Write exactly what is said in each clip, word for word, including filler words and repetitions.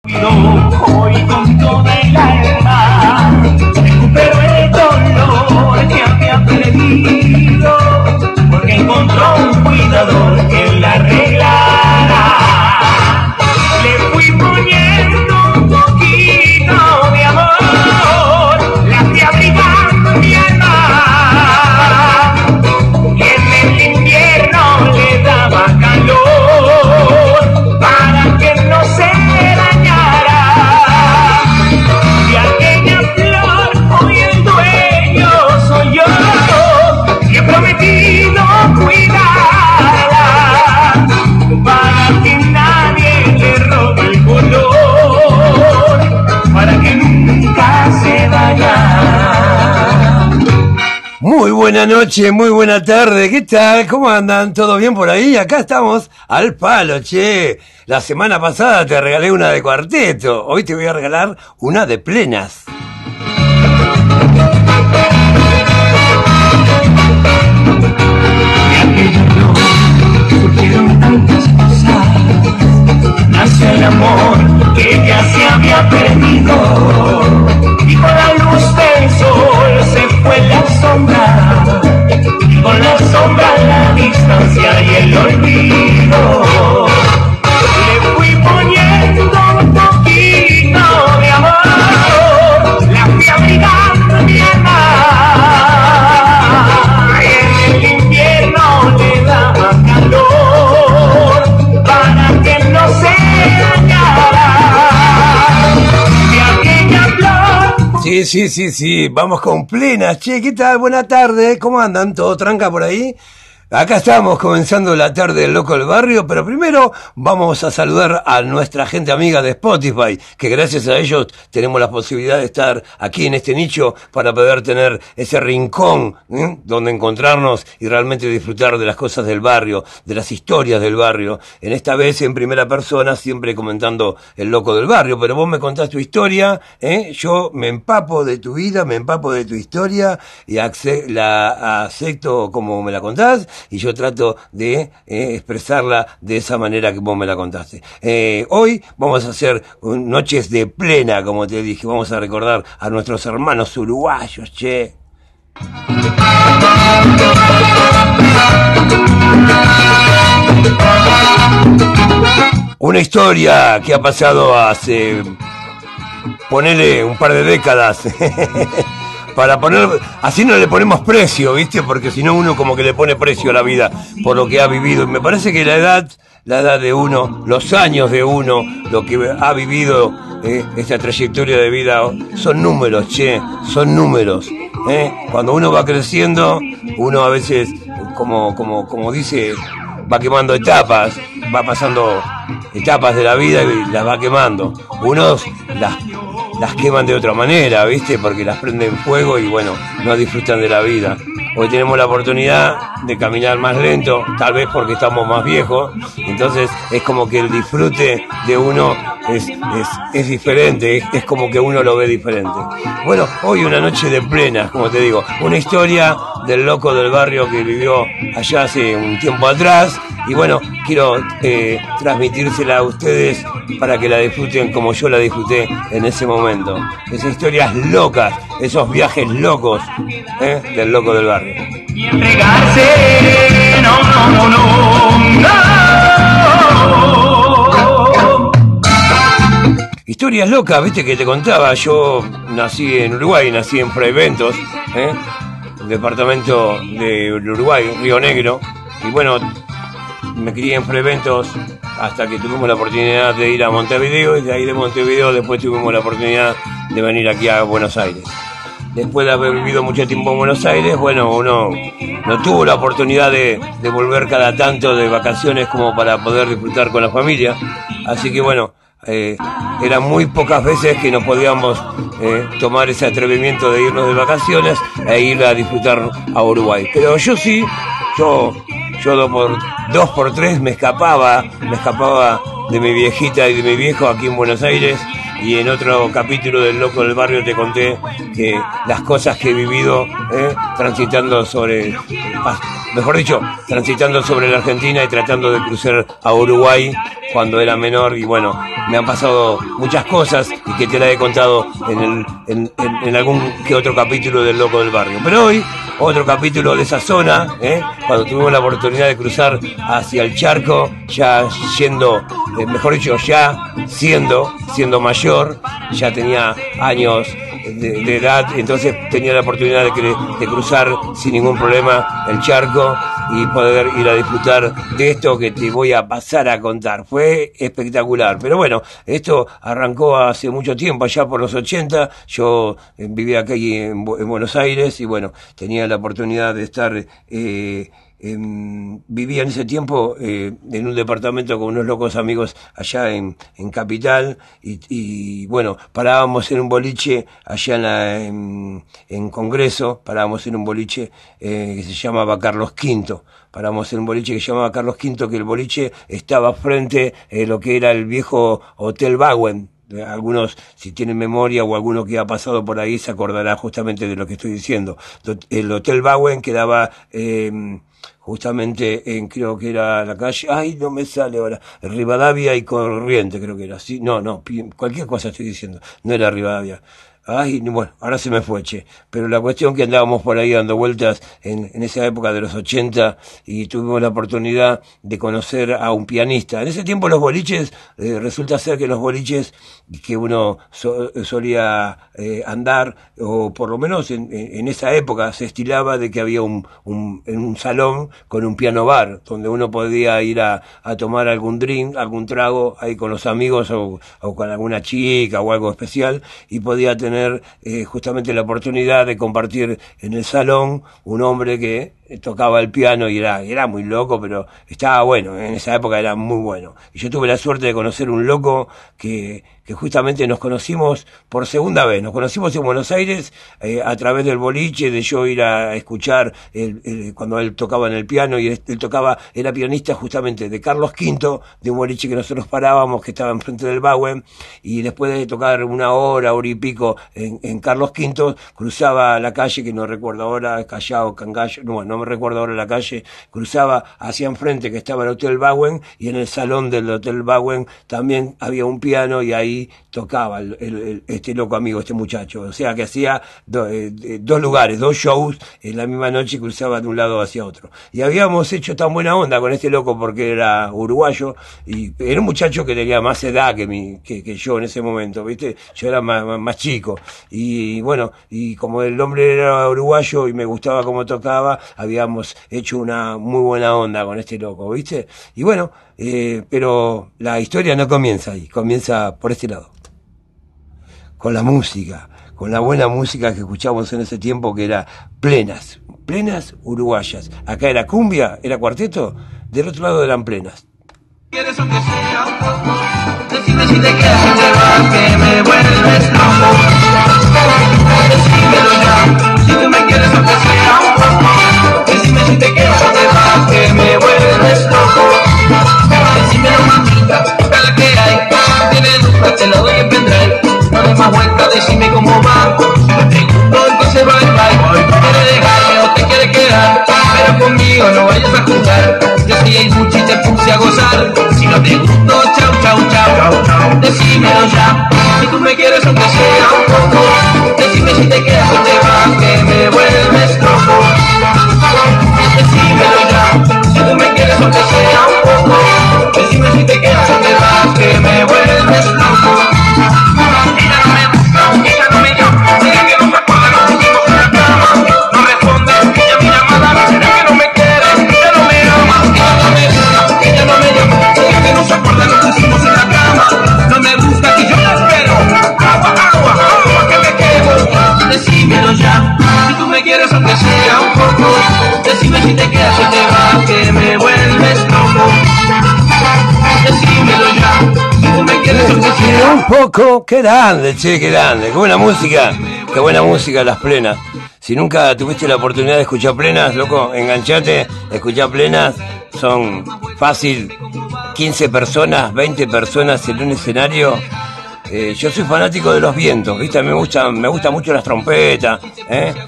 Hoy con toda el alma recupero el dolor que había perdido, porque encontró un cuidador que la arreglara. Le fui poniendo un poquito de amor, la fui abrigando en mi alma, y en el invierno le daba calor para que no se dañara. De aquella flor hoy el dueño soy yo, y he prometido cuidarla para que nadie le robe el color, para que nunca se vaya. Muy buena noche, muy buena tarde, ¿qué tal? ¿Cómo andan? ¿Todo bien por ahí? Acá estamos al palo, che. La semana pasada te regalé una de cuarteto, hoy te voy a regalar una de plenas. De aquella flor surgieron tantas cosas, nació el amor que ya se había perdido, y con la luz del sol se fue la sombra, y con la sombra la distancia y el olvido. Le fui poniendo un poquito de amor, la fui abrigando en mi alma, y en el invierno le daba calor para que no se dañara. De aquella flor. Sí, sí, sí, sí, vamos con plenas, che, ¿qué tal? Buena tarde, ¿cómo andan? ¿Todo tranca por ahí? Acá estamos comenzando la tarde del Loco del Barrio, pero primero vamos a saludar a nuestra gente amiga de Spotify, que gracias a ellos tenemos la posibilidad de estar aquí en este nicho para poder tener ese rincón, ¿eh? donde encontrarnos y realmente disfrutar de las cosas del barrio, de las historias del barrio. En esta vez en primera persona, siempre comentando el Loco del Barrio, pero vos me contás tu historia, ¿eh? Yo me empapo de tu vida, me empapo de tu historia y ace- la acepto como me la contás, y yo trato de eh, expresarla de esa manera que vos me la contaste. Eh, hoy vamos a hacer un, noches de plena, como te dije, vamos a recordar a nuestros hermanos uruguayos, che. Una historia que ha pasado hace, ponele un par de décadas. Para poner, así no le ponemos precio, ¿viste? Porque si no uno como que le pone precio a la vida por lo que ha vivido. Y me parece que la edad, la edad de uno, los años de uno, lo que ha vivido, eh, esta trayectoria de vida, son números, che, son números. ¿eh? Cuando uno va creciendo, uno a veces, como, como, como dice, va quemando etapas, va pasando etapas de la vida y las va quemando. Unos las las queman de otra manera, ¿viste? Porque las prenden fuego y bueno, no disfrutan de la vida. Hoy tenemos la oportunidad de caminar más lento, tal vez porque estamos más viejos, entonces es como que el disfrute de uno es, es, es diferente, es, es como que uno lo ve diferente. Bueno, hoy una noche de plenas, como te digo, una historia del loco del barrio que vivió allá hace un tiempo atrás, y bueno, quiero eh, transmitírsela a ustedes para que la disfruten como yo la disfruté en ese momento. Esas historias locas, esos viajes locos, ¿eh? del loco del barrio. Y entregarse, no, no, no, no. Historias locas, viste que te contaba, yo nací en Uruguay, nací en Fray Ventos, ¿eh? departamento de Uruguay, Río Negro, y bueno, me crié en Fray Ventos hasta que tuvimos la oportunidad de ir a Montevideo, y de ahí de Montevideo después tuvimos la oportunidad de venir aquí a Buenos Aires. Después de haber vivido mucho tiempo en Buenos Aires, bueno, uno no tuvo la oportunidad de, de volver cada tanto de vacaciones como para poder disfrutar con la familia, así que bueno, eh, eran muy pocas veces que nos podíamos eh, tomar ese atrevimiento de irnos de vacaciones e ir a disfrutar a Uruguay. Pero yo sí, yo, yo dos por, dos por tres me escapaba, me escapaba de mi viejita y de mi viejo aquí en Buenos Aires. Y en otro capítulo del Loco del Barrio te conté que las cosas que he vivido, eh, transitando sobre, mejor dicho, transitando sobre la Argentina y tratando de cruzar a Uruguay cuando era menor. Y bueno, me han pasado muchas cosas y que te las he contado en, el, en, en, en algún que otro capítulo del Loco del Barrio. Pero hoy, otro capítulo de esa zona, ¿eh? Cuando tuvimos la oportunidad de cruzar hacia el charco, ya yendo, eh, mejor dicho, ya siendo, siendo mayor, ya tenía años de, de edad, entonces tenía la oportunidad de, que, de cruzar sin ningún problema el charco y poder ir a disfrutar de esto que te voy a pasar a contar. Fue espectacular, pero bueno, esto arrancó hace mucho tiempo, allá por los ochenta, yo eh, vivía aquí en, en Buenos Aires y bueno, tenía la oportunidad de estar... Eh, Eh, vivía en ese tiempo eh, en un departamento con unos locos amigos allá en, en Capital y, y bueno, parábamos en un boliche allá en, la, en, en Congreso, parábamos en un boliche eh, que se llamaba Carlos Quinto, parábamos en un boliche que se llamaba Carlos Quinto, que el boliche estaba frente a eh, lo que era el viejo Hotel Bauen. Algunos, si tienen memoria o alguno que ha pasado por ahí, se acordará justamente de lo que estoy diciendo. El Hotel Bauen quedaba eh, justamente en, creo que era la calle, ay, no me sale ahora, Rivadavia y Corriente, creo que era así. No, no, cualquier cosa estoy diciendo, no era Rivadavia. Ay, bueno, ahora se me fue, che. Pero la cuestión que andábamos por ahí dando vueltas en, en esa época de los ochenta y tuvimos la oportunidad de conocer a un pianista. En ese tiempo los boliches, eh, resulta ser que los boliches que uno so, solía eh, andar, o por lo menos en, en esa época se estilaba de que había un, un, en un salón con un piano bar, donde uno podía ir a, a tomar algún drink, algún trago ahí con los amigos o, o con alguna chica o algo especial, y podía tener tener eh, justamente la oportunidad de compartir en el salón un hombre que tocaba el piano y era, era muy loco, pero estaba bueno, en esa época era muy bueno. Y yo tuve la suerte de conocer un loco que, que justamente nos conocimos por segunda vez, nos conocimos en Buenos Aires eh, a través del boliche, de yo ir a escuchar el, el, cuando él tocaba en el piano, y él, él tocaba, era pianista justamente de Carlos Quinto, de un boliche que nosotros parábamos, que estaba enfrente del Bauen, y después de tocar una hora, hora y pico en, en Carlos Quinto, cruzaba la calle, que no recuerdo ahora, Callao, Cangallo, no, no me recuerdo ahora la calle, cruzaba hacia enfrente que estaba el Hotel Bauen, y en el salón del Hotel Bauen también había un piano y ahí tocaba el, el, el, este loco amigo, este muchacho. O sea que hacía do, eh, dos lugares, dos shows en la misma noche, y cruzaba de un lado hacia otro. Y habíamos hecho tan buena onda con este loco porque era uruguayo y era un muchacho que tenía más edad que, mi, que, que yo en ese momento, ¿viste? Yo era más, más, más chico. Y bueno, y como el hombre era uruguayo y me gustaba cómo tocaba, habíamos hecho una muy buena onda con este loco, ¿viste? Y bueno, eh, pero la historia no comienza ahí, comienza por este lado. Con la música, con la buena música que escuchábamos en ese tiempo, que era plenas, plenas uruguayas. Acá era cumbia, era cuarteto, del otro lado eran plenas. ¿Quieres aunque sea un poco? Decime si te quedas o te vas, que me vuelves loco. Decímelo ya, si tú me quieres aunque sea un poco. Decime si te quedas o te vas, que me vuelves loco. Decímelo, mamita, para que hay. Tienes duda, te lo doy en pendrive. No des más vuelta, decime cómo va. Si te gustó, entonces bye bye. Quiere dejarme o te quiere quedar, pero conmigo no vayas a jugar. Yo sí el Gucci te puse a gozar. Si no te gustó, chau, chau, chau. Decímelo ya, si tú me quieres aunque sea un poco. Decime si te quedas o te vas, que me vuelves loco. Decímelo ya, si tú me quieres aunque sea un poco. Decime si te quedas o te vas, que me vuelves loco. Ella no me busca, ella no me llama. Diga que no me acuerda los últimos en la cama. No responde, ella mi llamada. Será que no me quiere, ella no me ama. Ella no me busca, ella no me llama. Diga que no se acuerda los últimos en la cama. No me busca, que yo la espero. Agua, agua, agua, que me quedo. Decímelo ya, si tú me quieres aunque sea un poco. Decime si te quedas o te vas, que me vuelves loco. Decímelo ya, si tú me quieres aunque sea un poco. Qué grande, che, qué grande. Qué buena música, qué buena música las plenas. Si nunca tuviste la oportunidad de escuchar plenas, loco, enganchate, escuchar plenas. Son fácil quince personas, veinte personas en un escenario. Eh, yo soy fanático de los vientos, ¿viste? Me gusta, me gusta mucho las trompetas, ¿eh?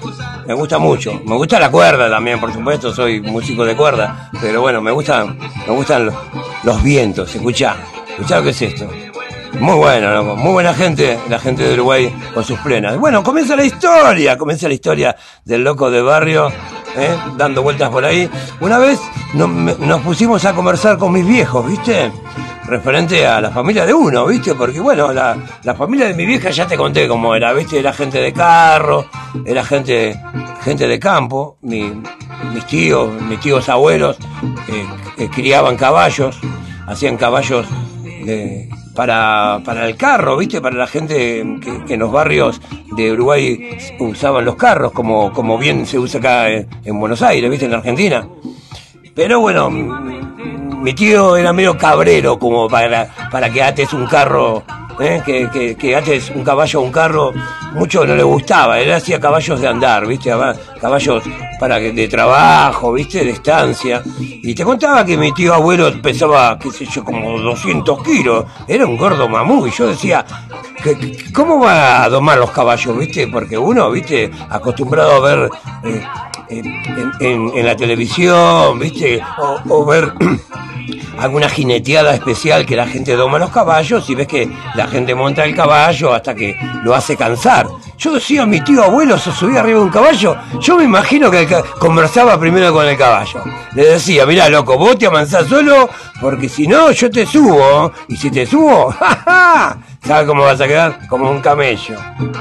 me gusta mucho. Me gusta la cuerda también, por supuesto, soy músico de cuerda, pero bueno, me gustan, me gustan los, los vientos, escuchá, escuchá lo que es esto. Muy bueno, loco, muy buena gente, la gente de Uruguay con sus plenas. Bueno, comienza la historia, comienza la historia del loco de barrio, ¿eh? Dando vueltas por ahí. Una vez no, me, nos pusimos a conversar con mis viejos, ¿viste? Referente a la familia de uno, ¿viste? Porque bueno, la, la familia de mi vieja ya te conté cómo era, ¿viste? Era gente de carro, era gente, gente de campo, mi, mis tíos, mis tíos abuelos eh, eh, criaban caballos, hacían caballos de... Para, para el carro, ¿viste? Para la gente que, que en los barrios de Uruguay usaban los carros, como, como bien se usa acá en, en Buenos Aires, ¿viste? En Argentina. Pero bueno, mi tío era medio cabrero como para, para que ates un carro, ¿eh? que, que, que ates un caballo a un carro, mucho no le gustaba. Él hacía caballos de andar, ¿viste? Caballos para de trabajo, ¿viste? De estancia. Y te contaba que mi tío abuelo pesaba, qué sé yo, como doscientos kilos. Era un gordo mamú. Y yo decía, ¿cómo va a domar los caballos, viste? Porque uno, viste, acostumbrado a ver eh, en, en, en la televisión, viste, o, o ver alguna jineteada especial que la gente doma los caballos y ves que la gente monta el caballo hasta que lo hace cansar. Yo decía, mi tío abuelo se subía arriba de un caballo, yo me imagino que conversaba primero con el caballo. Le decía, mirá loco, vos te amansás solo, porque si no yo te subo, y si te subo, jaja, ¿sabes cómo vas a quedar? Como un camello.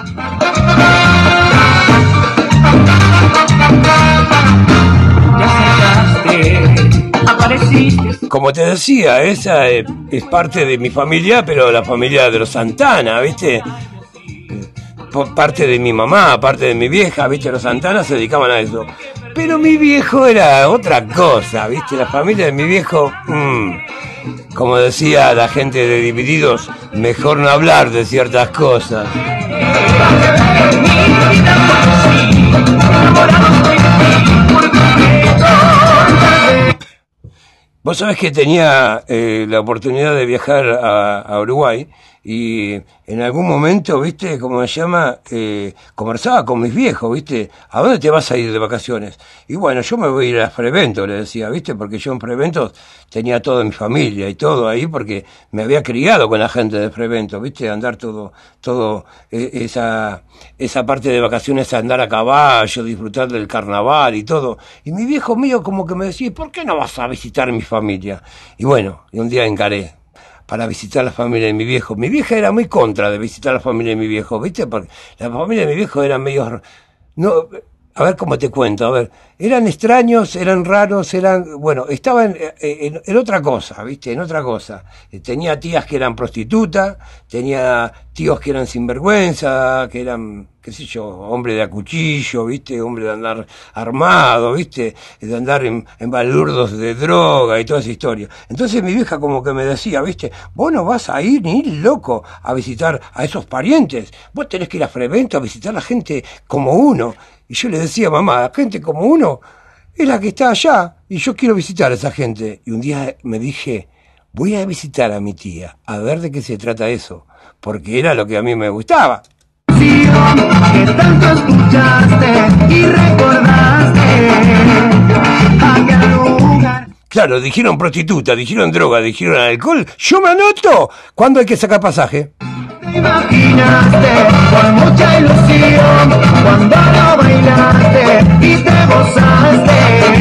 Como te decía, esa es, es parte de mi familia, pero la familia de los Santana, ¿viste? Parte de mi mamá, parte de mi vieja, ¿viste? Los Santana se dedicaban a eso. Pero mi viejo era otra cosa, ¿viste? La familia de mi viejo, mmm, como decía la gente de Divididos, mejor no hablar de ciertas cosas. Vos sabés que tenía eh, la oportunidad de viajar a, a Uruguay y en algún momento, viste, como se llama, eh, conversaba con mis viejos, viste, ¿a dónde te vas a ir de vacaciones? Y bueno, yo me voy a ir a Frevento, le decía, viste, porque yo en Frevento tenía toda mi familia y todo ahí porque me había criado con la gente de Frevento, viste, andar todo, todo eh, esa, esa parte de vacaciones, andar a caballo, disfrutar del carnaval y todo. Y mi viejo mío como que me decía, ¿por qué no vas a visitar mi familia? Y bueno, y un día encaré para visitar la familia de mi viejo. Mi vieja era muy contra de visitar la familia de mi viejo, ¿viste? Porque la familia de mi viejo era medio... No, a ver cómo te cuento, a ver, eran extraños, eran raros, eran, bueno, estaban en, en, en otra cosa, ¿viste? En otra cosa. Tenía tías que eran prostitutas, tenía tíos que eran sinvergüenza, que eran, qué sé yo, hombre de a cuchillo, ¿viste? Hombre de andar armado, ¿viste? De andar en, en balurdos de droga y toda esa historia. Entonces mi vieja como que me decía, ¿viste? Vos no vas a ir ni loco a visitar a esos parientes, vos tenés que ir a Frevento a visitar a la gente como uno. Y yo le decía, mamá, gente como uno es la que está allá y yo quiero visitar a esa gente. Y un día me dije, voy a visitar a mi tía, a ver de qué se trata eso, porque era lo que a mí me gustaba. Que tanto escuchaste y recordaste aquel lugar. Claro, dijeron prostituta, dijeron droga, dijeron alcohol. Yo me anoto. ¿Cuándo hay que sacar pasaje? Te imaginaste con mucha ilusión cuando lo bailaste y te gozaste.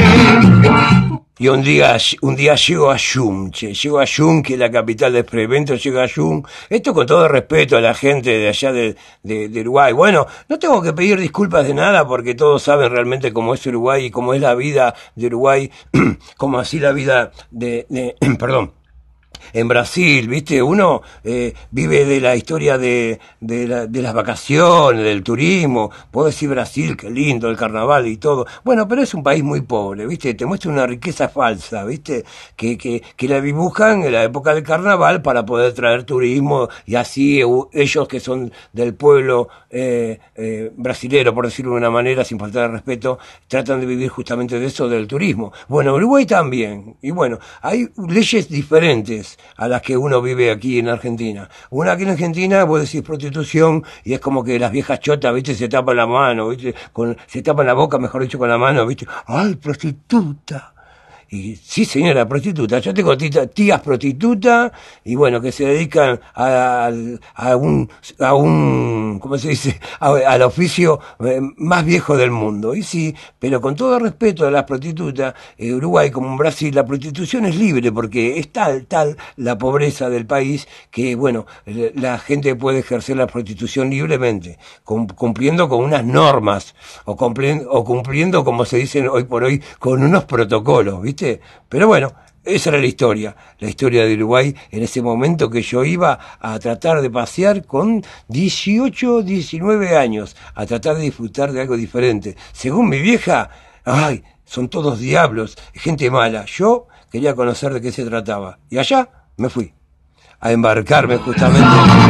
Y un día, un día llego a Yum, che, llego a Yum, que es la capital de Frevento, llego a Yum. Esto con todo respeto a la gente de allá de, de, de Uruguay. Bueno, no tengo que pedir disculpas de nada porque todos saben realmente cómo es Uruguay y cómo es la vida de Uruguay, como así la vida de, de perdón. En Brasil, ¿viste? Uno eh, vive de la historia de, de, la, de las vacaciones, del turismo. Puedo decir Brasil, qué lindo, el carnaval y todo. Bueno, pero es un país muy pobre, ¿viste? Te muestra una riqueza falsa, ¿viste? Que, que, que la dibujan en la época del carnaval para poder traer turismo y así ellos que son del pueblo eh, eh, brasilero, por decirlo de una manera, sin faltar el respeto, tratan de vivir justamente de eso, del turismo. Bueno, Uruguay también. Y bueno, hay leyes diferentes condiciones a las que uno vive aquí en Argentina. Una aquí en Argentina, vos decís prostitución, y es como que las viejas chotas, viste, se tapan la mano, viste, con, se tapan la boca, mejor dicho, con la mano, viste, ¡ay, prostituta! Y sí, señora, prostituta. Yo tengo tita, tías prostitutas y bueno, que se dedican a, a, a un, a un, ¿cómo se dice? A, al oficio eh, más viejo del mundo. Y sí, pero con todo respeto a las prostitutas, en Uruguay como en Brasil, la prostitución es libre porque es tal, tal la pobreza del país que, bueno, la gente puede ejercer la prostitución libremente, cumpliendo con unas normas o cumpliendo, o cumpliendo, como se dice hoy por hoy, con unos protocolos, ¿viste? Pero bueno, esa era la historia, la historia de Uruguay en ese momento que yo iba a tratar de pasear con dieciocho, diecinueve años, a tratar de disfrutar de algo diferente. Según mi vieja, ay, son todos diablos, gente mala. Yo quería conocer de qué se trataba. Y allá me fui, a embarcarme justamente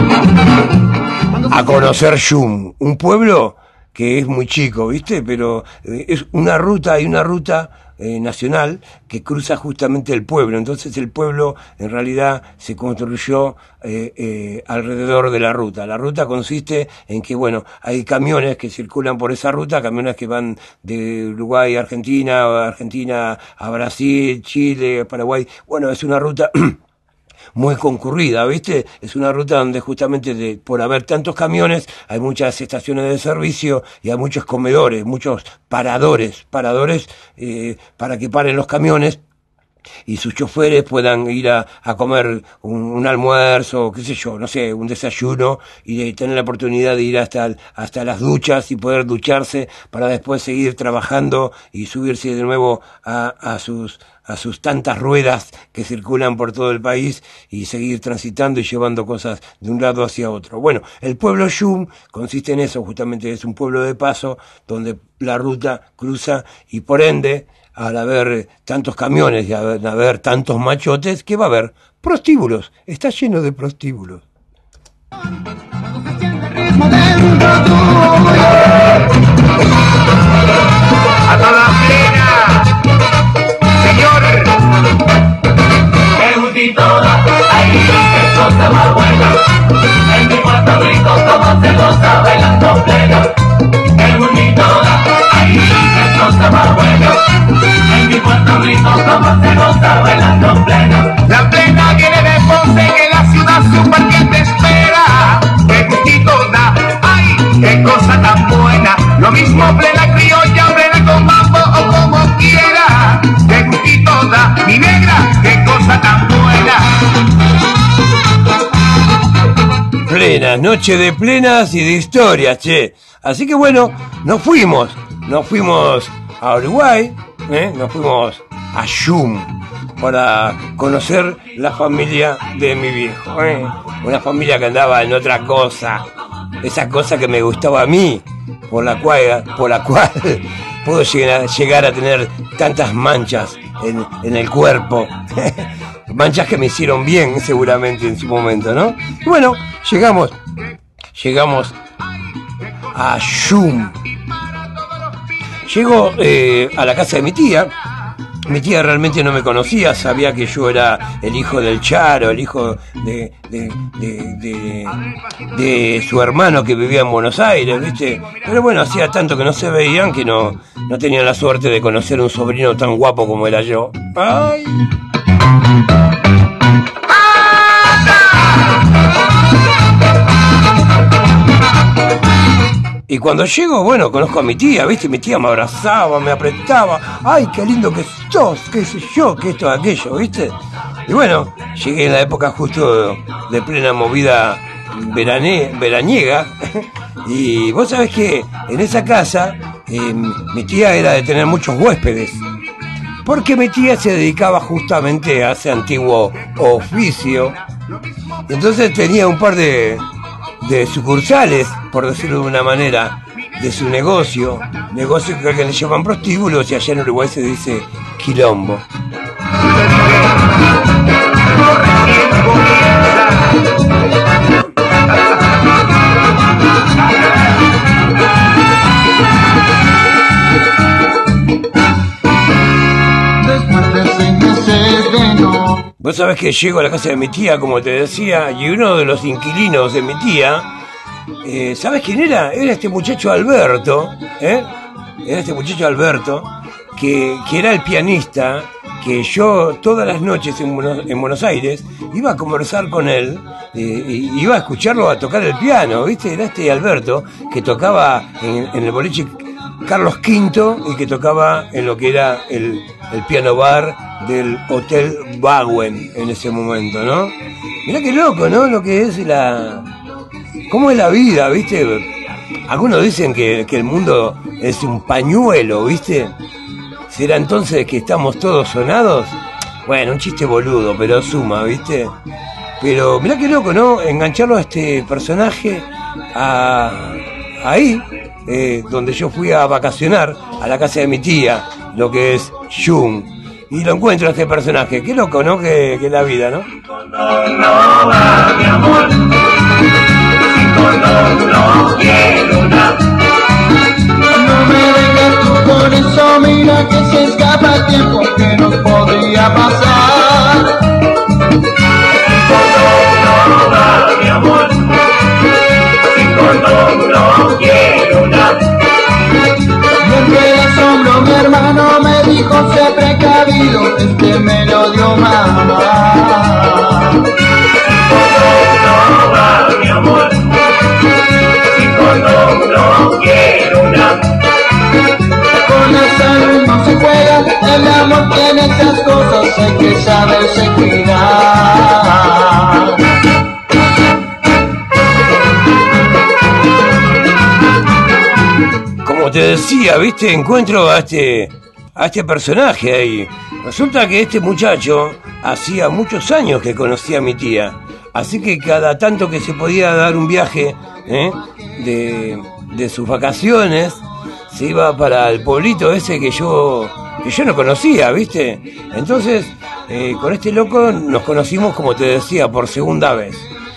a conocer Yum, un pueblo que es muy chico, ¿viste? Pero eh, es una ruta, hay una ruta eh, nacional que cruza justamente el pueblo. Entonces el pueblo en realidad se construyó eh, eh, alrededor de la ruta. La ruta consiste en que, bueno, hay camiones que circulan por esa ruta, camiones que van de Uruguay a Argentina, o Argentina a Brasil, Chile, Paraguay. Bueno, es una ruta muy concurrida, ¿viste? Es una ruta donde justamente de, por haber tantos camiones hay muchas estaciones de servicio y hay muchos comedores, muchos paradores, paradores eh, para que paren los camiones y sus choferes puedan ir a, a comer un, un almuerzo, qué sé yo, no sé, un desayuno y de tener la oportunidad de ir hasta, hasta las duchas y poder ducharse para después seguir trabajando y subirse de nuevo a, a sus a sus tantas ruedas que circulan por todo el país y seguir transitando y llevando cosas de un lado hacia otro. Bueno, el pueblo Yum consiste en eso, justamente es un pueblo de paso donde la ruta cruza y por ende, al haber tantos camiones y al haber tantos machotes, ¿qué va a haber? Prostíbulos, está lleno de prostíbulos. A toda plena, señor, el gustito da, ahí qué cosa más buena, en mi Puerto Rico como se goza bailando plena, el gustito da, ahí qué cosa más buena, en mi Puerto Rico como se goza bailando plena. La plena viene de Ponce, que la ciudad super que te espera, el gustito da, ay, qué cosa tan buena, lo mismo plena criolla, plena con mambo o como quiera, qué gustito da, mi negra, qué cosa tan buena. Plenas, noche de plenas y de historias, che. Así que bueno, nos fuimos, nos fuimos a Uruguay, ¿eh? Nos fuimos a Yum para conocer la familia de mi viejo, ¿eh? Una familia que andaba en otra cosa, esa cosa que me gustaba a mí, por la cual, por la cual puedo llegar, llegar a tener tantas manchas en, en el cuerpo. Manchas que me hicieron bien seguramente en su momento, ¿no? Y bueno, llegamos, llegamos a Yum. Llego eh, a la casa de mi tía. Mi tía realmente no me conocía, sabía que yo era el hijo del Charo, el hijo de, de, de, de, de su hermano que vivía en Buenos Aires, ¿viste? Pero bueno, hacía tanto que no se veían que no, no tenían la suerte de conocer un sobrino tan guapo como era yo. ¡Ay! Y cuando llego, bueno, conozco a mi tía, ¿viste? Mi tía me abrazaba, me apretaba. ¡Ay, qué lindo que sos! ¿Qué sé yo? ¿Qué esto, aquello? ¿Viste? Y bueno, llegué en la época justo de plena movida verane, veraniega. Y vos sabés que en esa casa, eh, mi tía era de tener muchos huéspedes. Porque mi tía se dedicaba justamente a ese antiguo oficio. Y entonces tenía un par de... de sucursales, por decirlo de una manera, de su negocio, negocio que le llaman prostíbulos y allá en Uruguay se dice quilombo. Después de seis meses de no Vos sabés que llego a la casa de mi tía, como te decía, y uno de los inquilinos de mi tía, eh, ¿sabés quién era? Era este muchacho Alberto, ¿eh? Era este muchacho Alberto, que, que era el pianista, que yo todas las noches en Buenos, en Buenos Aires iba a conversar con él, eh, y iba a escucharlo a tocar el piano, ¿viste? Era este Alberto que tocaba en, en el boliche Carlos Quinto y que tocaba en lo que era el, el piano bar del Hotel Baguen en ese momento, ¿no? Mirá qué loco, ¿no? Lo que es la... ¿Cómo es la vida, viste? Algunos dicen que, que el mundo es un pañuelo, ¿viste? ¿Será entonces que estamos todos sonados? Bueno, un chiste boludo, pero suma, ¿viste? Pero mirá qué loco, ¿no? Engancharlo a este personaje a... ahí... Eh, donde yo fui a vacacionar a la casa de mi tía, lo que es Jung, y lo encuentro a este personaje. Qué loco, ¿no? Que, que la vida, ¿no? No va, mi amor, sin condón no quiero nada. No me vengas tú con eso, mira que se escapa el tiempo que nos podría pasar. Sin condón no va, mi amor, sin condón no quiero nada. Y entre el asombro mi hermano me dijo, sé precavido, este me lo dio mamá. Sin condón no va, mi amor, sin condón no quiero nada. Con la salud no se juega, el amor tiene esas cosas, hay que saberse cuidar. Como te decía, viste, encuentro a este a este personaje ahí. Resulta que este muchacho hacía muchos años que conocía a mi tía, así que cada tanto que se podía dar un viaje, ¿eh? de, de sus vacaciones, se iba para el pueblito ese que yo que yo no conocía, viste. Entonces, eh, con este loco nos conocimos, como te decía, por segunda vez.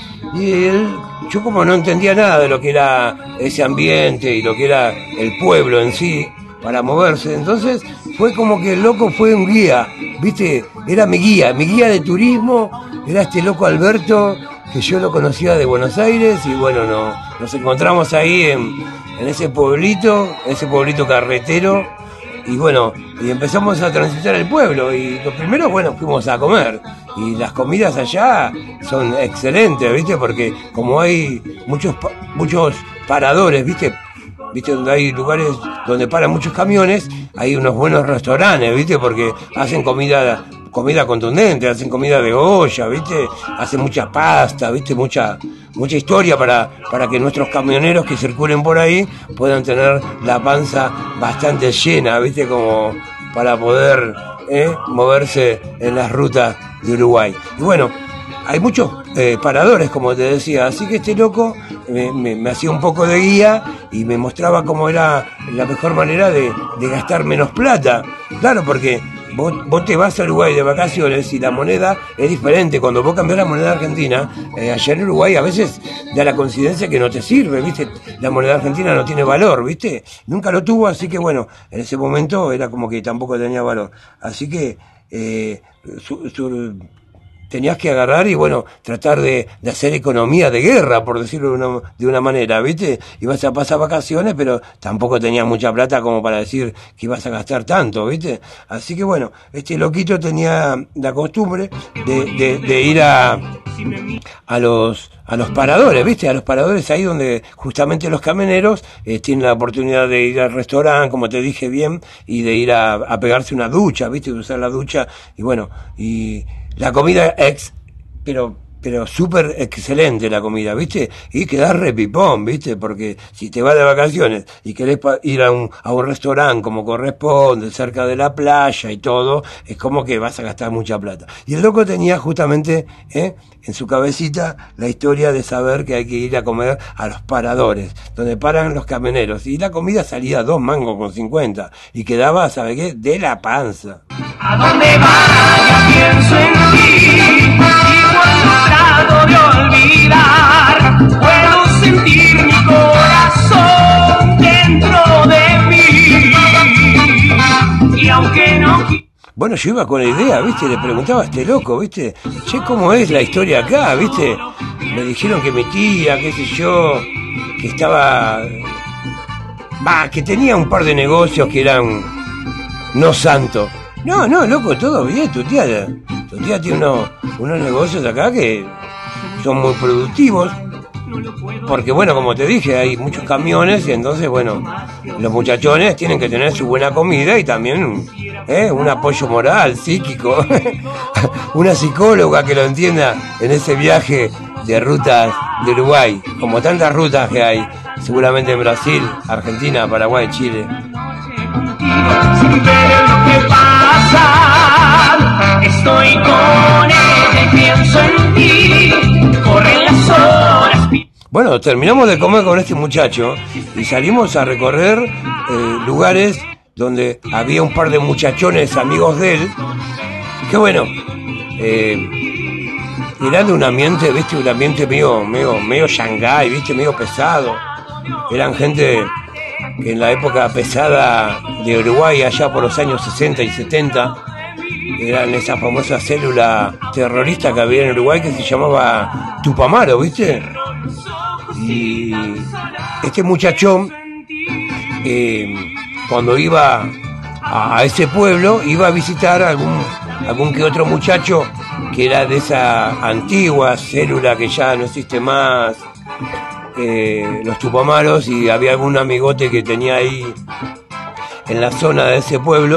Y él, yo como no entendía nada de lo que era ese ambiente y lo que era el pueblo en sí, para moverse, entonces fue como que el loco fue un guía, ¿viste? Era mi guía, mi guía de turismo, era este loco Alberto, que yo lo conocía de Buenos Aires, y bueno, no, nos encontramos ahí en, en ese pueblito, ese pueblito carretero, y bueno, y empezamos a transitar el pueblo, y lo primero, bueno, fuimos a comer, y las comidas allá son excelentes, ¿viste? Porque como hay muchos muchos paradores, ¿viste? ¿Viste? Donde hay lugares donde paran muchos camiones, hay unos buenos restaurantes, ¿viste? Porque hacen comida comida contundente, hacen comida de olla, ¿viste? Hacen mucha pasta, ¿viste? Mucha mucha historia para para que nuestros camioneros que circulen por ahí puedan tener la panza bastante llena, ¿viste? Como para poder ¿eh? moverse en las rutas de Uruguay. Y bueno, hay muchos eh, paradores, como te decía, así que este loco me, me, me hacía un poco de guía y me mostraba cómo era la mejor manera de, de gastar menos plata. Claro, porque vos, vos te vas a Uruguay de vacaciones y la moneda es diferente. Cuando vos cambiás la moneda argentina, eh, allá en Uruguay a veces da la coincidencia que no te sirve, ¿viste? La moneda argentina no tiene valor, ¿viste? Nunca lo tuvo, así que bueno, en ese momento era como que tampoco tenía valor. Así que eh, su, su, tenías que agarrar y bueno, tratar de, de hacer economía de guerra, por decirlo de una, de una manera, ¿viste? Ibas a pasar vacaciones, pero tampoco tenías mucha plata como para decir que ibas a gastar tanto, ¿viste? Así que bueno, este loquito tenía la costumbre de, de, de ir a, a los a los paradores, ¿viste? A los paradores ahí donde justamente los camioneros eh, tienen la oportunidad de ir al restaurante, como te dije bien, y de ir a, a pegarse una ducha, ¿viste? De usar la ducha, y bueno, y la comida ex, pero pero súper excelente la comida, ¿viste? Y quedás repipón, ¿viste? Porque si te vas de vacaciones y querés ir a un, a un restaurante como corresponde, cerca de la playa y todo, es como que vas a gastar mucha plata. Y el loco tenía justamente ¿eh? en su cabecita la historia de saber que hay que ir a comer a los paradores, donde paran los camioneros. Y la comida salía dos mangos con cincuenta y quedaba, ¿sabe qué? De la panza. A donde vaya pienso en ti, y cuando trato de olvidar, puedo sentir mi corazón dentro de mí. Y aunque no... bueno, yo iba con la idea, ¿viste? Le preguntaba a este loco, ¿viste? Che, ¿cómo es la historia acá, ¿viste? Me dijeron que mi tía, qué sé yo, que estaba... Va, que tenía un par de negocios que eran no santos. No, no, loco, todo bien, tu tía, tu tía tiene unos, unos negocios acá que son muy productivos. Porque bueno, como te dije, hay muchos camiones y entonces, bueno, los muchachones tienen que tener su buena comida y también ¿eh? un apoyo moral, psíquico, una psicóloga que lo entienda en ese viaje de rutas de Uruguay, como tantas rutas que hay, seguramente en Brasil, Argentina, Paraguay, Chile. Sin ver lo que pasa, estoy con ella y pienso en ti, corren las horas. Bueno, terminamos de comer con este muchacho y salimos a recorrer eh, lugares donde había un par de muchachones amigos de él, que bueno, eh, eran de un ambiente, viste, un ambiente medio, medio, medio Shanghái, viste, medio pesado. Eran gente que en la época pesada de Uruguay, allá por los años sesenta y setenta, eran esa famosa célula terrorista que había en Uruguay que se llamaba Tupamaro, viste. Y este muchachón, eh, cuando iba a, a ese pueblo, iba a visitar a algún, algún que otro muchacho que era de esa antigua célula que ya no existe más, eh, los Tupamaros, y había algún amigote que tenía ahí en la zona de ese pueblo.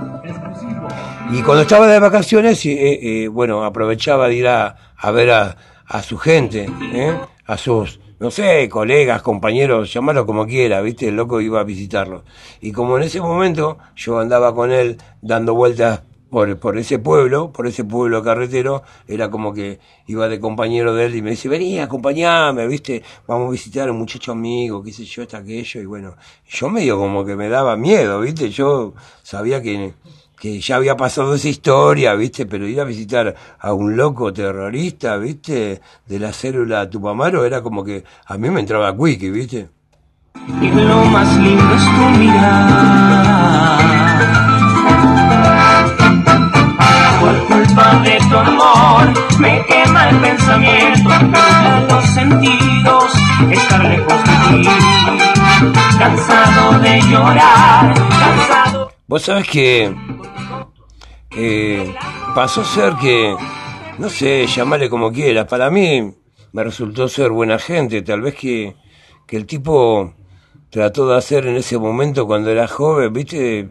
Y cuando estaba de vacaciones, eh, eh, bueno, aprovechaba de ir a, a ver a, a su gente, ¿eh? a sus, no sé, colegas, compañeros, llamarlo como quiera, ¿viste? El loco iba a visitarlo. Y como en ese momento yo andaba con él dando vueltas por, por ese pueblo, por ese pueblo carretero, era como que iba de compañero de él y me dice, vení, acompañame, ¿viste? Vamos a visitar a un muchacho amigo, qué sé yo, está aquello. Y bueno, yo medio como que me daba miedo, ¿viste? Yo sabía que... que ya había pasado esa historia, ¿viste? Pero ir a visitar a un loco terrorista, ¿viste? De la célula Tupamaro, era como que a mí me entraba Quickie, ¿viste? Y lo más lindo es tu mirar. Por culpa de tu amor, me quema el pensamiento, me los sentidos, estar lejos de ti. Cansado de llorar, cansado... Vos sabés que eh, pasó a ser que, no sé, llamarle como quieras, para mí me resultó ser buena gente, tal vez que, que el tipo trató de hacer en ese momento cuando era joven, viste,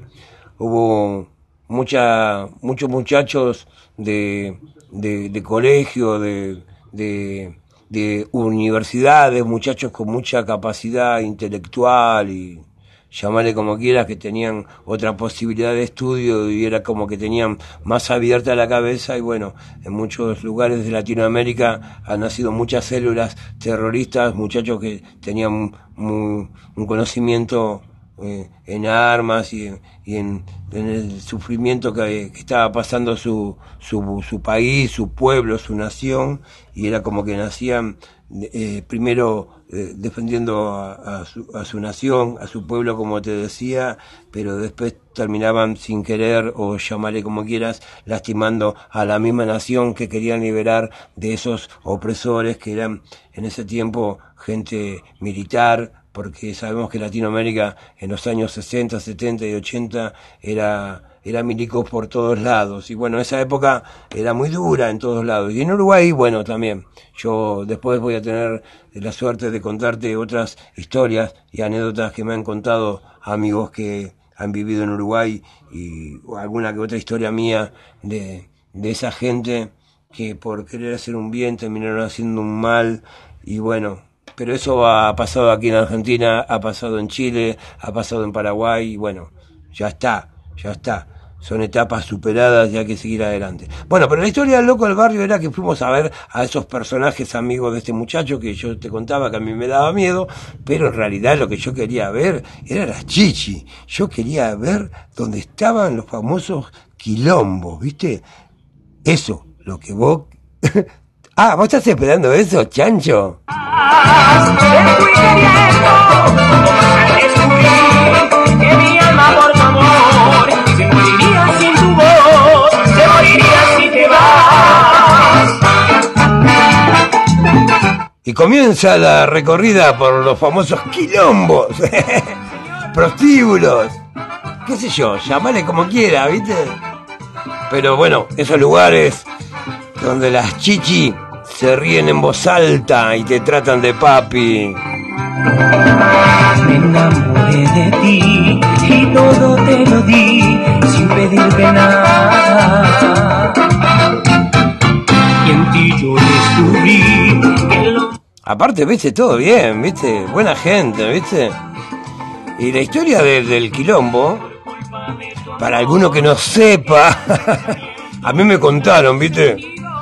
hubo mucha, muchos muchachos de, de, de colegio, de, de, de universidades, muchachos con mucha capacidad intelectual y llamarle como quieras, que tenían otra posibilidad de estudio y era como que tenían más abierta la cabeza. Y bueno, en muchos lugares de Latinoamérica han nacido muchas células terroristas, muchachos que tenían muy, un conocimiento eh, en armas y, y en, en el sufrimiento que, que estaba pasando su, su, su país, su pueblo, su nación, y era como que nacían eh, primero Eh, defendiendo a, a, su, a su nación, a su pueblo, como te decía, pero después terminaban sin querer, o llamarle como quieras, lastimando a la misma nación que querían liberar de esos opresores que eran en ese tiempo gente militar, porque sabemos que Latinoamérica en los años sesenta, setenta y ochenta era... era milicos por todos lados, y bueno, esa época era muy dura en todos lados, y en Uruguay, bueno, también. Yo después voy a tener la suerte de contarte otras historias y anécdotas que me han contado amigos que han vivido en Uruguay, y alguna que otra historia mía de, de esa gente que por querer hacer un bien terminaron haciendo un mal, y bueno, pero eso ha pasado aquí en Argentina, ha pasado en Chile, ha pasado en Paraguay, y bueno, ya está. Ya está, son etapas superadas y hay que seguir adelante. Bueno, pero la historia del loco del barrio era que fuimos a ver a esos personajes amigos de este muchacho que yo te contaba que a mí me daba miedo, pero en realidad lo que yo quería ver era las chichi. Yo quería ver dónde estaban los famosos quilombos, ¿viste? Eso, lo que vos... Ah, ¿vos estás esperando eso, chancho? Que mi alma, por favor, se moriría sin tu voz. comienza la recorrida por los famosos quilombos, prostíbulos, qué sé yo, llamale como quiera, ¿viste? Pero bueno, esos lugares donde las chichi se ríen en voz alta y te tratan de papi. Me enamoré de ti y todo te lo di sin pedirte nada. Y en ti yo descubrí que lo... Aparte, viste, todo bien, viste, buena gente, viste. Y la historia de, del quilombo, para alguno que no sepa, a mí me contaron, viste,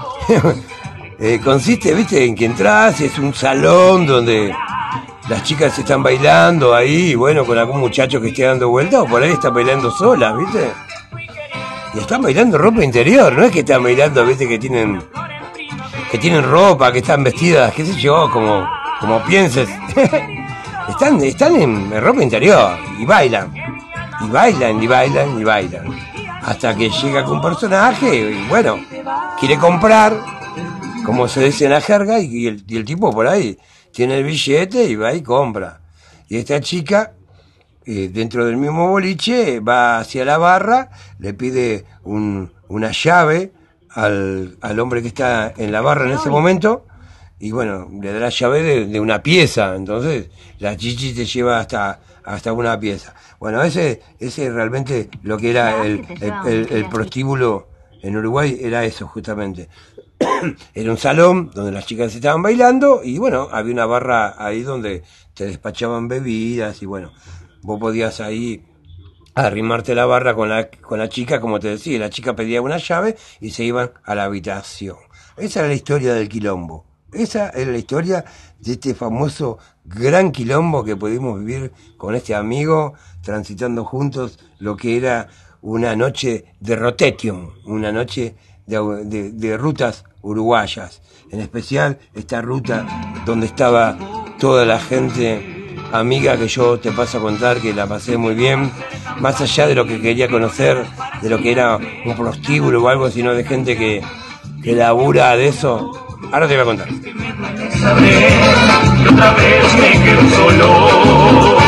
eh, consiste, viste, en que entras, es un salón donde las chicas están bailando ahí, bueno, con algún muchacho que esté dando vueltas, o por ahí están bailando solas, viste. Y están bailando ropa interior, no es que están bailando, viste, que tienen que tienen ropa, que están vestidas, qué sé yo, como, como pienses. están, están en, en ropa interior y bailan. Y bailan, y bailan, y bailan. Hasta que llega con un personaje y bueno, quiere comprar, como se dice en la jerga, y el, y el tipo por ahí tiene el billete y va y compra. Y esta chica, eh, dentro del mismo boliche, va hacia la barra, le pide un, una llave al, al hombre que está en la barra en ese momento, y bueno, le da la llave de, de una pieza. Entonces la chichi te lleva hasta, hasta una pieza. Bueno, ese ese realmente lo que era el, el, el, el prostíbulo en Uruguay era eso justamente. Era un salón donde las chicas estaban bailando y bueno, había una barra ahí donde te despachaban bebidas y bueno, vos podías ahí arrimarte la barra con la con la chica, como te decía, la chica pedía una llave y se iban a la habitación. Esa era la historia del quilombo. Esa era la historia de este famoso gran quilombo que pudimos vivir con este amigo, transitando juntos lo que era una noche de rotation, una noche de, de, de rutas uruguayas, en especial esta ruta donde estaba toda la gente amiga que yo te paso a contar, que la pasé muy bien, más allá de lo que quería conocer, de lo que era un prostíbulo o algo, sino de gente que, que labura de eso. Ahora te voy a contar. Sabré que otra vez me quedo solo.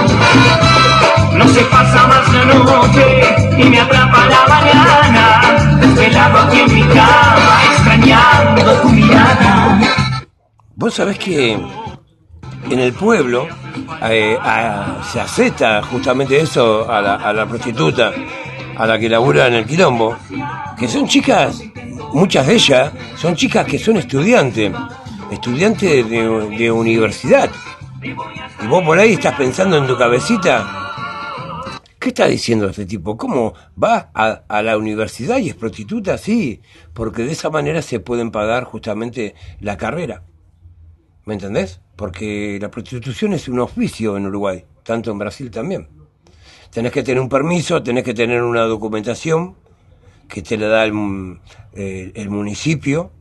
No se pasa más la noche y me atrapa la mañana, desvelado aquí en mi cama, extrañando tu mirada. Vos sabés que en el pueblo eh, a, se acepta justamente eso a la, a la prostituta, a la que labura en el quilombo, que son chicas, muchas de ellas son chicas que son estudiantes, estudiantes de, de universidad. Y vos por ahí estás pensando en tu cabecita, ¿qué está diciendo este tipo? ¿Cómo va a, a la universidad y es prostituta? Sí, porque de esa manera se pueden pagar justamente la carrera. ¿Me entendés? Porque la prostitución es un oficio en Uruguay, tanto en Brasil también. Tenés que tener un permiso, tenés que tener una documentación que te la da el, el, el municipio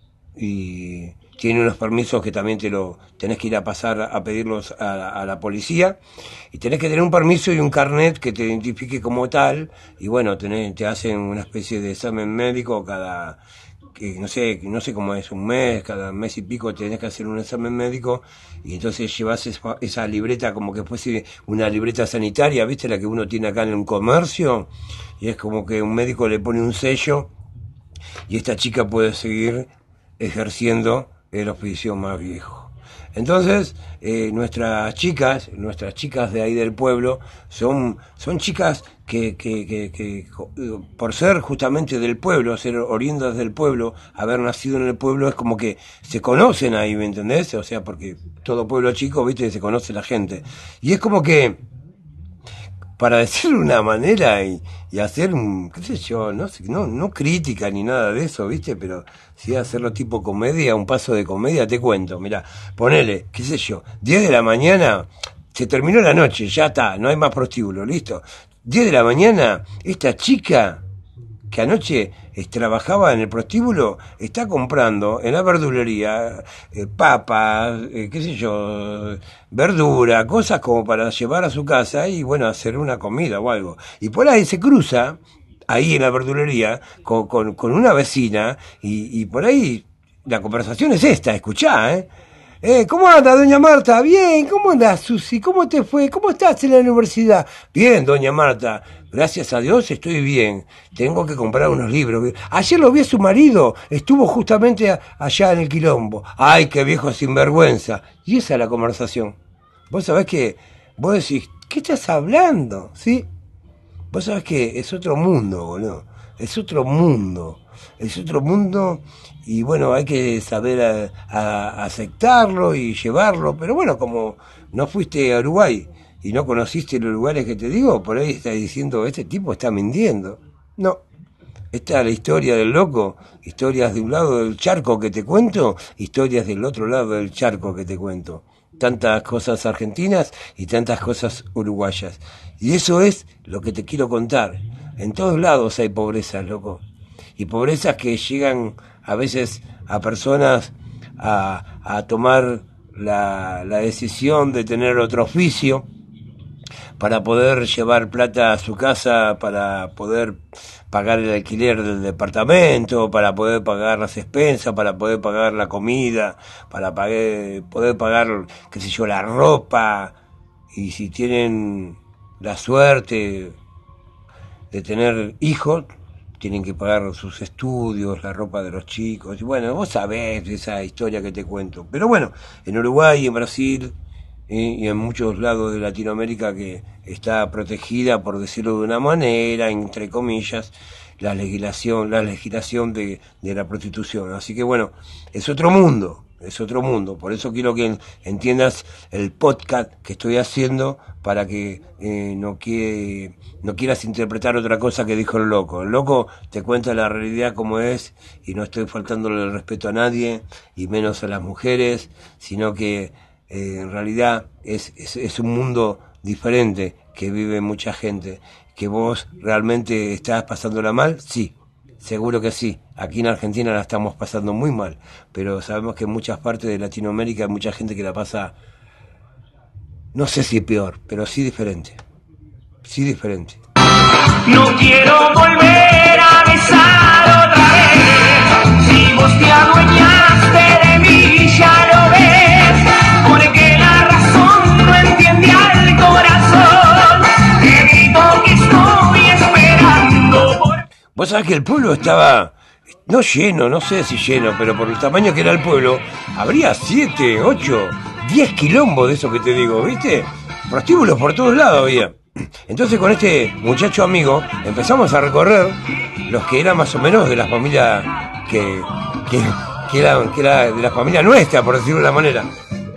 y tiene unos permisos que también te lo tenés que ir a pasar a pedirlos a, a la policía y tenés que tener un permiso y un carnet que te identifique como tal y bueno, tenés, te hacen una especie de examen médico cada... que no sé, no sé cómo es, un mes, cada mes y pico tenés que hacer un examen médico y entonces llevas esa, esa libreta como que fuese una libreta sanitaria, ¿viste? La que uno tiene acá en un comercio y es como que un médico le pone un sello y esta chica puede seguir ejerciendo el oficio más viejo. Entonces, eh, nuestras chicas, nuestras chicas de ahí del pueblo, son, son chicas que, que, que, que, por ser justamente del pueblo, ser oriundas del pueblo, haber nacido en el pueblo, es como que se conocen ahí, ¿me entendés? O sea, porque todo pueblo chico, viste, se conoce la gente. Y es como que, para decirlo de una manera y, y hacer un, qué sé yo, no sé, no, no crítica ni nada de eso, ¿viste? Pero si hacerlo tipo comedia, un paso de comedia, te cuento, mirá, ponele, qué sé yo, diez de la mañana, se terminó la noche, ya está, no hay más prostíbulo, listo. diez de la mañana, esta chica que anoche eh, trabajaba en el prostíbulo, está comprando en la verdulería eh, papas, eh, qué sé yo, verdura, cosas como para llevar a su casa y bueno, hacer una comida o algo. Y por ahí se cruza, ahí en la verdulería, con, con, con una vecina y, y por ahí la conversación es esta, escuchá, ¿eh? Eh, ¿cómo anda, doña Marta? Bien, ¿cómo anda, Susi? ¿Cómo te fue? ¿Cómo estás en la universidad? Bien, doña Marta, gracias a Dios estoy bien. Tengo que comprar unos libros. Ayer lo vi a su marido, estuvo justamente a, allá en el Quilombo. Ay, qué viejo sinvergüenza. Y esa es la conversación. Vos sabés que, vos decís, ¿qué estás hablando? ¿Sí? Vos sabés que es otro mundo, boludo. Es otro mundo. Es otro mundo y bueno, hay que saber a, a aceptarlo y llevarlo. Pero bueno, como no fuiste a Uruguay y no conociste los lugares que te digo, por ahí estás diciendo, este tipo está mintiendo. No. Esta es la historia del loco, historias de un lado del charco que te cuento, historias del otro lado del charco que te cuento. Tantas cosas argentinas y tantas cosas uruguayas. Y eso es lo que te quiero contar. En todos lados hay pobrezas, loco. Y pobrezas que llegan a veces a personas a, a tomar la, la decisión de tener otro oficio para poder llevar plata a su casa, para poder pagar el alquiler del departamento, para poder pagar las expensas, para poder pagar la comida, para pagar, poder pagar, qué sé yo, la ropa. Y si tienen la suerte de tener hijos, tienen que pagar sus estudios, la ropa de los chicos. Y bueno, vos sabés esa historia que te cuento. Pero bueno, en Uruguay, en Brasil ¿eh? y en muchos lados de Latinoamérica que está protegida, por decirlo de una manera, entre comillas, la legislación, la legislación de, de la prostitución. Así que bueno, es otro mundo, es otro mundo. Por eso quiero que entiendas el podcast que estoy haciendo para que eh, no, que, no quieras interpretar otra cosa que dijo el loco. El loco te cuenta la realidad como es y no estoy faltándole el respeto a nadie y menos a las mujeres, sino que eh, en realidad es, es, es un mundo diferente que vive mucha gente. ¿Que vos realmente estás pasándola mal? Sí. Seguro que sí. Aquí en Argentina la estamos pasando muy mal, pero sabemos que en muchas partes de Latinoamérica hay mucha gente que la pasa, no sé si peor, pero sí diferente. Sí diferente. No quiero volver a besar otra vez. Si vos te adueñaste de mí, ya lo ves. Porque la razón no entiende al corazón. Te digo que estoy esperando por... Vos sabés que el pueblo estaba, no lleno, no sé si lleno, pero por el tamaño que era el pueblo, habría siete, ocho, diez quilombos de eso que te digo, ¿viste? Prostíbulos por todos lados había. Entonces con este muchacho amigo empezamos a recorrer los que eran más o menos de la familia que, que, que, era, que era de la familia nuestra, por decirlo de una manera.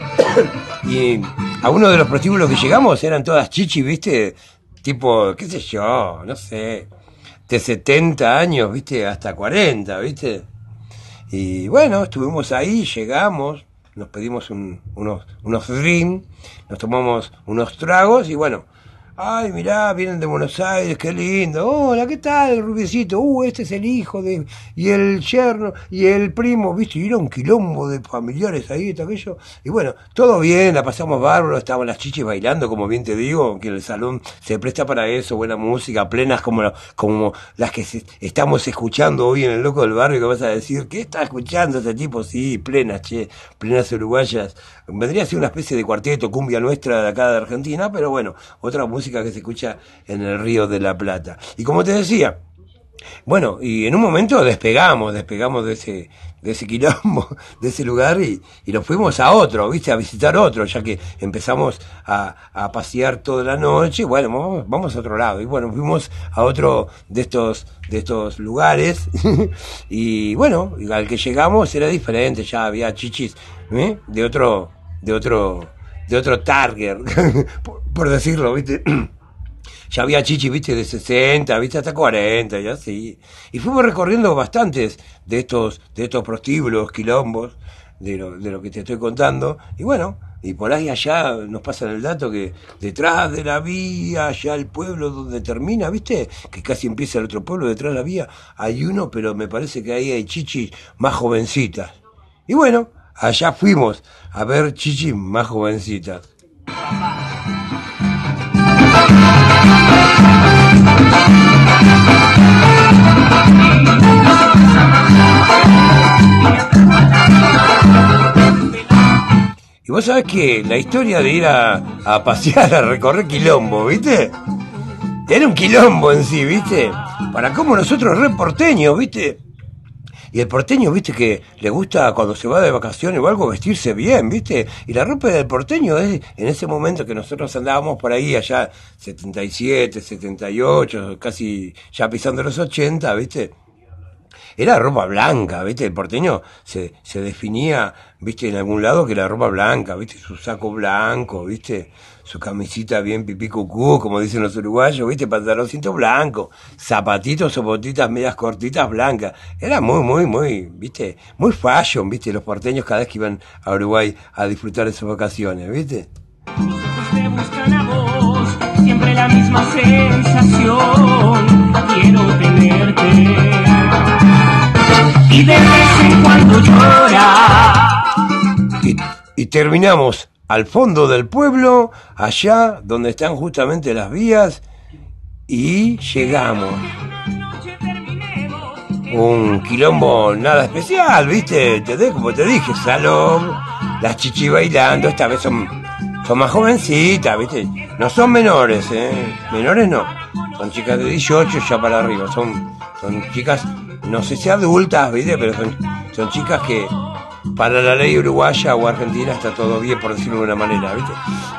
Y a uno de los prostíbulos que llegamos eran todas chichis, ¿viste? Tipo, qué sé yo, no sé... de setenta años, viste, hasta cuarenta, viste. Y bueno, estuvimos ahí, llegamos, nos pedimos un, unos, unos drinks, nos tomamos unos tragos y bueno, ay, mirá, vienen de Buenos Aires, qué lindo, hola, ¿qué tal, rubiecito? Uh, este es el hijo de, y el yerno, y el primo, viste, y era un quilombo de familiares ahí, todo aquello, y bueno, todo bien, la pasamos bárbaro, estaban las chichis bailando, como bien te digo, que el salón se presta para eso, buena música, plenas como, como las que se, estamos escuchando hoy en el Loco del Barrio, que vas a decir, ¿qué está escuchando ese tipo? Sí, plenas, che, plenas uruguayas, vendría a ser una especie de cuarteto, cumbia nuestra de acá de Argentina, pero bueno, otra música que se escucha en el Río de la Plata. Y como te decía, bueno, y en un momento despegamos, despegamos de ese, de ese quilombo, de ese lugar y, y nos fuimos a otro, viste, a visitar otro, ya que empezamos a, a pasear toda la noche, bueno, vamos, vamos a otro lado, y bueno, fuimos a otro de estos, de estos lugares, y bueno, al que llegamos era diferente, ya había chichis, ¿eh? de otro, de otro, de otro target, por, por decirlo, viste. Ya había chichi, viste, de sesenta, viste, hasta cuarenta, ya sí. Y fuimos recorriendo bastantes de estos, de estos prostíbulos, quilombos, de lo, de lo que te estoy contando. Y bueno, y por ahí allá nos pasan el dato que detrás de la vía, allá el pueblo donde termina, viste, que casi empieza el otro pueblo, detrás de la vía, hay uno, pero me parece que ahí hay chichis más jovencitas. Y bueno, allá fuimos a ver chichis más jovencitas. Y vos sabés que la historia de ir a, a pasear, a recorrer quilombo, ¿viste? Era un quilombo en sí, ¿viste? Para como nosotros re porteños, ¿viste? Y el porteño, ¿viste? Que le gusta cuando se va de vacaciones o algo vestirse bien, ¿viste? Y la ropa del porteño es, en ese momento que nosotros andábamos por ahí allá, setenta y siete, setenta y ocho, casi ya pisando los ochenta, ¿viste? Era ropa blanca, ¿viste? El porteño se, se definía, ¿viste? En algún lado que era ropa blanca, ¿viste? Su saco blanco, ¿viste? Su camisita bien pipí cucú, como dicen los uruguayos, ¿viste? Pantaloncito blanco, zapatitos o botitas medias cortitas blancas. Era muy, muy, muy, ¿viste? Muy fashion, ¿viste? Los porteños cada vez que iban a Uruguay a disfrutar de sus vacaciones, ¿viste? Mis ojos te buscan a vos, siempre la misma sensación, quiero tenerte. Y de vez en cuando llora. Y, y terminamos al fondo del pueblo, allá donde están justamente las vías, y llegamos. Un quilombo nada especial, ¿viste? Te de, como te dije, salón, las chichis bailando, esta vez son, son más jovencitas, ¿viste? No son menores, ¿eh? Menores no. Son chicas de dieciocho ya para arriba, son, son chicas, no sé si adultas, ¿viste? Pero son, son chicas que para la ley uruguaya o argentina está todo bien, por decirlo de una manera, ¿viste?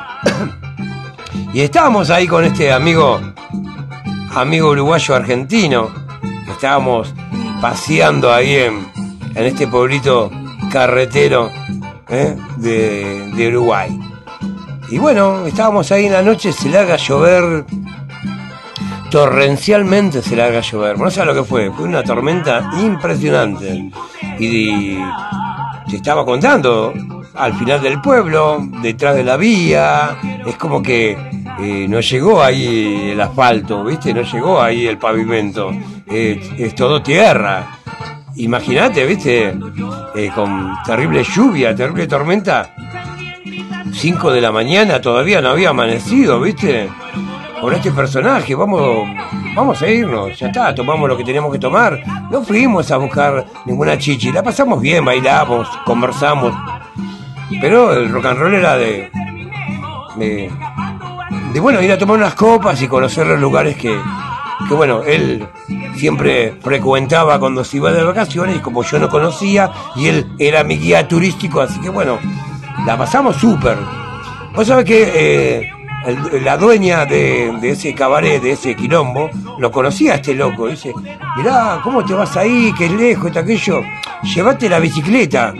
Y estábamos ahí con este amigo, amigo uruguayo argentino, estábamos paseando ahí en, en este pueblito carretero, ¿eh? de, de Uruguay. Y bueno, estábamos ahí en la noche, se larga a llover, torrencialmente se larga a llover, no sé lo que fue, fue una tormenta impresionante. Y, y se estaba contando, al final del pueblo, detrás de la vía, es como que eh, no llegó ahí el asfalto, ¿viste? No llegó ahí el pavimento, eh, es todo tierra. Imagínate, ¿viste? Eh, con terrible lluvia, terrible tormenta, cinco de la mañana, todavía no había amanecido, ¿viste? Con este personaje, vamos, vamos a irnos, ya está, tomamos lo que teníamos que tomar, no fuimos a buscar ninguna chichi, la pasamos bien, bailamos, conversamos, pero el rock and roll era de, de, de bueno, ir a tomar unas copas y conocer los lugares que, que bueno, él siempre frecuentaba cuando se iba de vacaciones, y como yo no conocía, y él era mi guía turístico, así que bueno, la pasamos súper. Vos sabés que eh, el, la dueña de, de ese cabaret, de ese quilombo, lo conocía a este loco, dice, mirá, ¿cómo te vas ahí? Que es lejos, está aquello, llévate la bicicleta.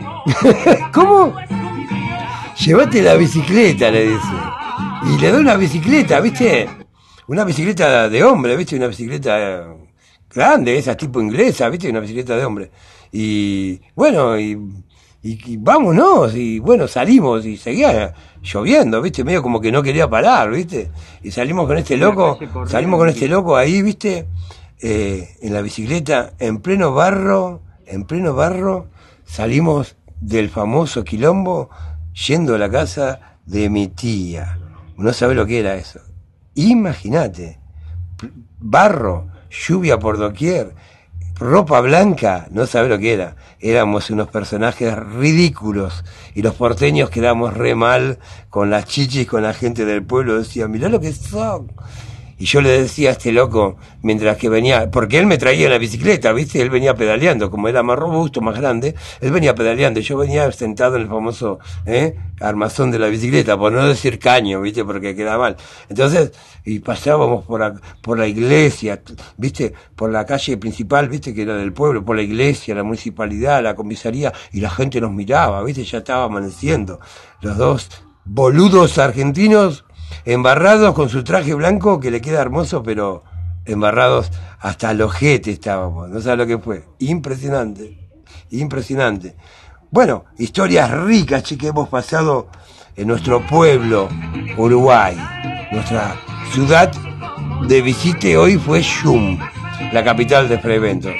¿Cómo? Llévate la bicicleta, le dice. Y le da una bicicleta, ¿viste? Una bicicleta de hombre, ¿viste? Una bicicleta grande, esa tipo inglesa, ¿viste? Una bicicleta de hombre. Y bueno, y, y, y vámonos, y bueno, salimos y seguía lloviendo, ¿viste? Medio como que no quería parar, ¿viste? Y salimos con este loco, salimos con este loco ahí, ¿viste? Eh, en la bicicleta, en pleno barro, en pleno barro, salimos del famoso quilombo yendo a la casa de mi tía. No sabe lo que era eso. Imagínate, barro, lluvia por doquier, ropa blanca, no sabe lo que era. Éramos unos personajes ridículos y los porteños quedamos re mal con las chichis, con la gente del pueblo. Decían, mirá lo que son. Y yo le decía a este loco, mientras que venía, porque él me traía en la bicicleta, ¿viste? Él venía pedaleando, como era más robusto, más grande, él venía pedaleando, y yo venía sentado en el famoso ¿eh? armazón de la bicicleta, por no decir caño, ¿viste? Porque queda mal. Entonces, y pasábamos por la, por la iglesia, ¿viste? Por la calle principal, ¿viste? Que era del pueblo, por la iglesia, la municipalidad, la comisaría, y la gente nos miraba, ¿viste? Ya estaba amaneciendo. Los dos boludos argentinos embarrados con su traje blanco que le queda hermoso, pero embarrados hasta el ojete estábamos, no sabes lo que fue, impresionante, impresionante. Bueno, historias ricas, che, que hemos pasado en nuestro pueblo, Uruguay. Nuestra ciudad de visite hoy fue Yum, la capital de Freventos.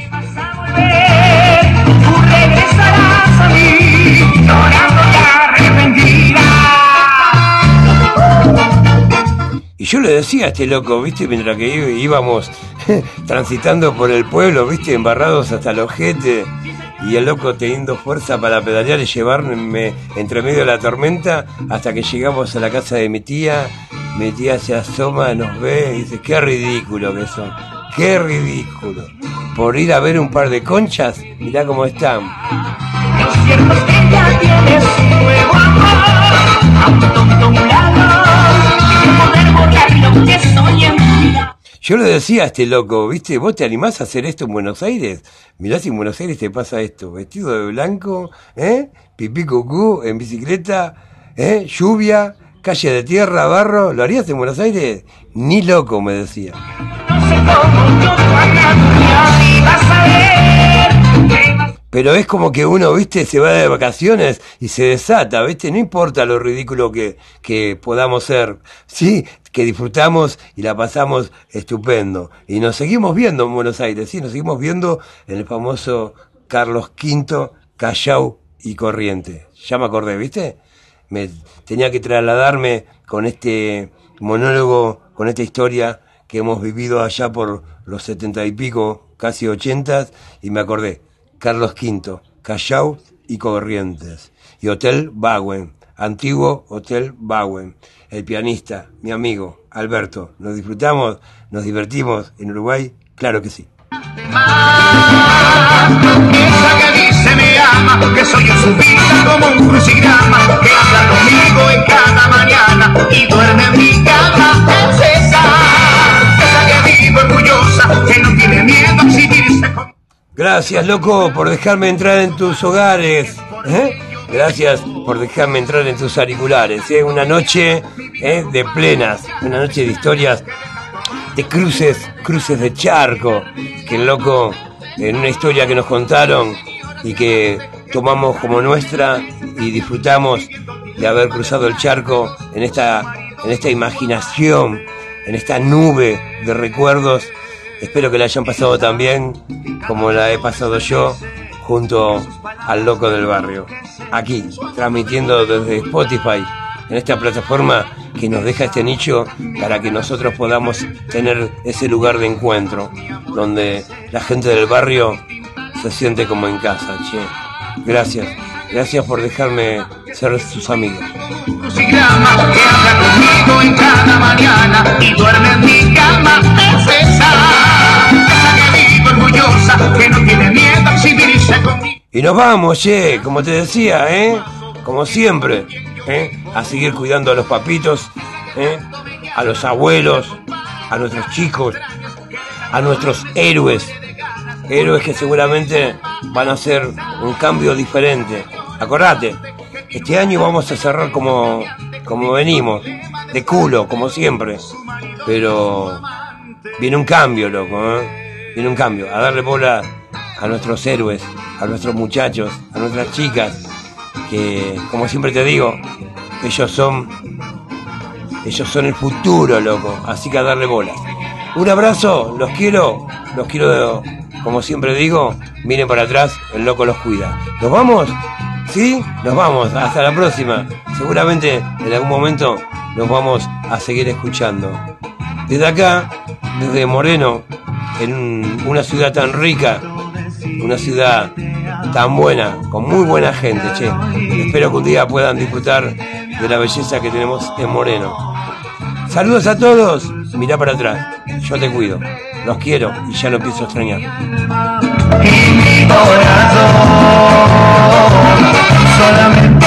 Tú regresarás a mí, llorando y arrepentida. Y yo le decía a este loco, ¿viste? Mientras que íbamos transitando por el pueblo, ¿viste? Embarrados hasta el ojete, y el loco teniendo fuerza para pedalear y llevarme entre medio de la tormenta hasta que llegamos a la casa de mi tía. Mi tía se asoma, nos ve y dice, qué ridículo que son, qué ridículo. Por ir a ver un par de conchas, mirá cómo están. Lo cierto es que ya tienes un nuevo amor, a un tonto un lado, sin poder borrar lo que soy en mi vida. Yo le decía a este loco, ¿viste? ¿Vos te animás a hacer esto en Buenos Aires? Mirá si en Buenos Aires te pasa esto, vestido de blanco, ¿eh? Pipí cucú, en bicicleta, ¿eh? Lluvia, calle de tierra, barro. ¿Lo harías en Buenos Aires? Ni loco, me decía. No sé cómo yo pagaría y vas a ver que vas. Pero es como que uno, viste, se va de vacaciones y se desata, viste, no importa lo ridículo que, que podamos ser, sí, que disfrutamos y la pasamos estupendo. Y nos seguimos viendo en Buenos Aires, sí, nos seguimos viendo en el famoso Carlos Quinto, Callao y Corrientes. Ya me acordé, viste, me tenía que trasladarme con este monólogo, con esta historia que hemos vivido allá por los setenta y pico, casi ochentas, y me acordé. Carlos Quinto, Callao y Corrientes. Y Hotel Baguen, antiguo Hotel Baguen. El pianista, mi amigo, Alberto. ¿Nos disfrutamos? ¿Nos divertimos en Uruguay? Claro que sí. Esa que dice me ama, que soy en su vida como un crucigrama, que habla conmigo en cada mañana y duerme en mi cama, es esa. Esa que vive orgullosa, que no tiene miedo a exhibirse con... Gracias, loco, por dejarme entrar en tus hogares. ¿eh? Gracias por dejarme entrar en tus auriculares. ¿eh? Una noche ¿eh? de plenas, una noche de historias, de cruces, cruces de charco. Que el loco, en una historia que nos contaron y que tomamos como nuestra y disfrutamos de haber cruzado el charco en esta, en esta imaginación, en esta nube de recuerdos. Espero que la hayan pasado tan bien como la he pasado yo junto al loco del barrio. Aquí, transmitiendo desde Spotify, en esta plataforma que nos deja este nicho para que nosotros podamos tener ese lugar de encuentro, donde la gente del barrio se siente como en casa, che. Gracias, gracias por dejarme ser sus amigos. Que habla conmigo en cada mañana y duerme en mi cama, es esa. Esa que vive orgullosa, que no tiene miedo a exhibirse conmigo. Y nos vamos, che, como te decía, ¿eh? Como siempre, ¿eh? A seguir cuidando a los papitos, ¿eh? A los abuelos, a nuestros chicos, a nuestros héroes. Héroes que seguramente van a hacer un cambio diferente. Acordate, este año vamos a cerrar como, como venimos, de culo, como siempre. Pero viene un cambio, loco, ¿eh? Viene un cambio, a darle bola a nuestros héroes, a nuestros muchachos, a nuestras chicas, que, como siempre te digo, ellos son, ellos son el futuro, loco, así que a darle bola. Un abrazo, los quiero, los quiero, como siempre digo, miren para atrás, el loco los cuida. ¿Nos vamos? ¿Sí? Nos vamos, hasta la próxima. Seguramente en algún momento nos vamos a seguir escuchando. Desde acá, desde Moreno, en una ciudad tan rica, una ciudad tan buena, con muy buena gente, che. Espero que un día puedan disfrutar de la belleza que tenemos en Moreno. Saludos a todos, mirá para atrás, yo te cuido, los quiero y ya lo empiezo a extrañar. Y mi corazón solamente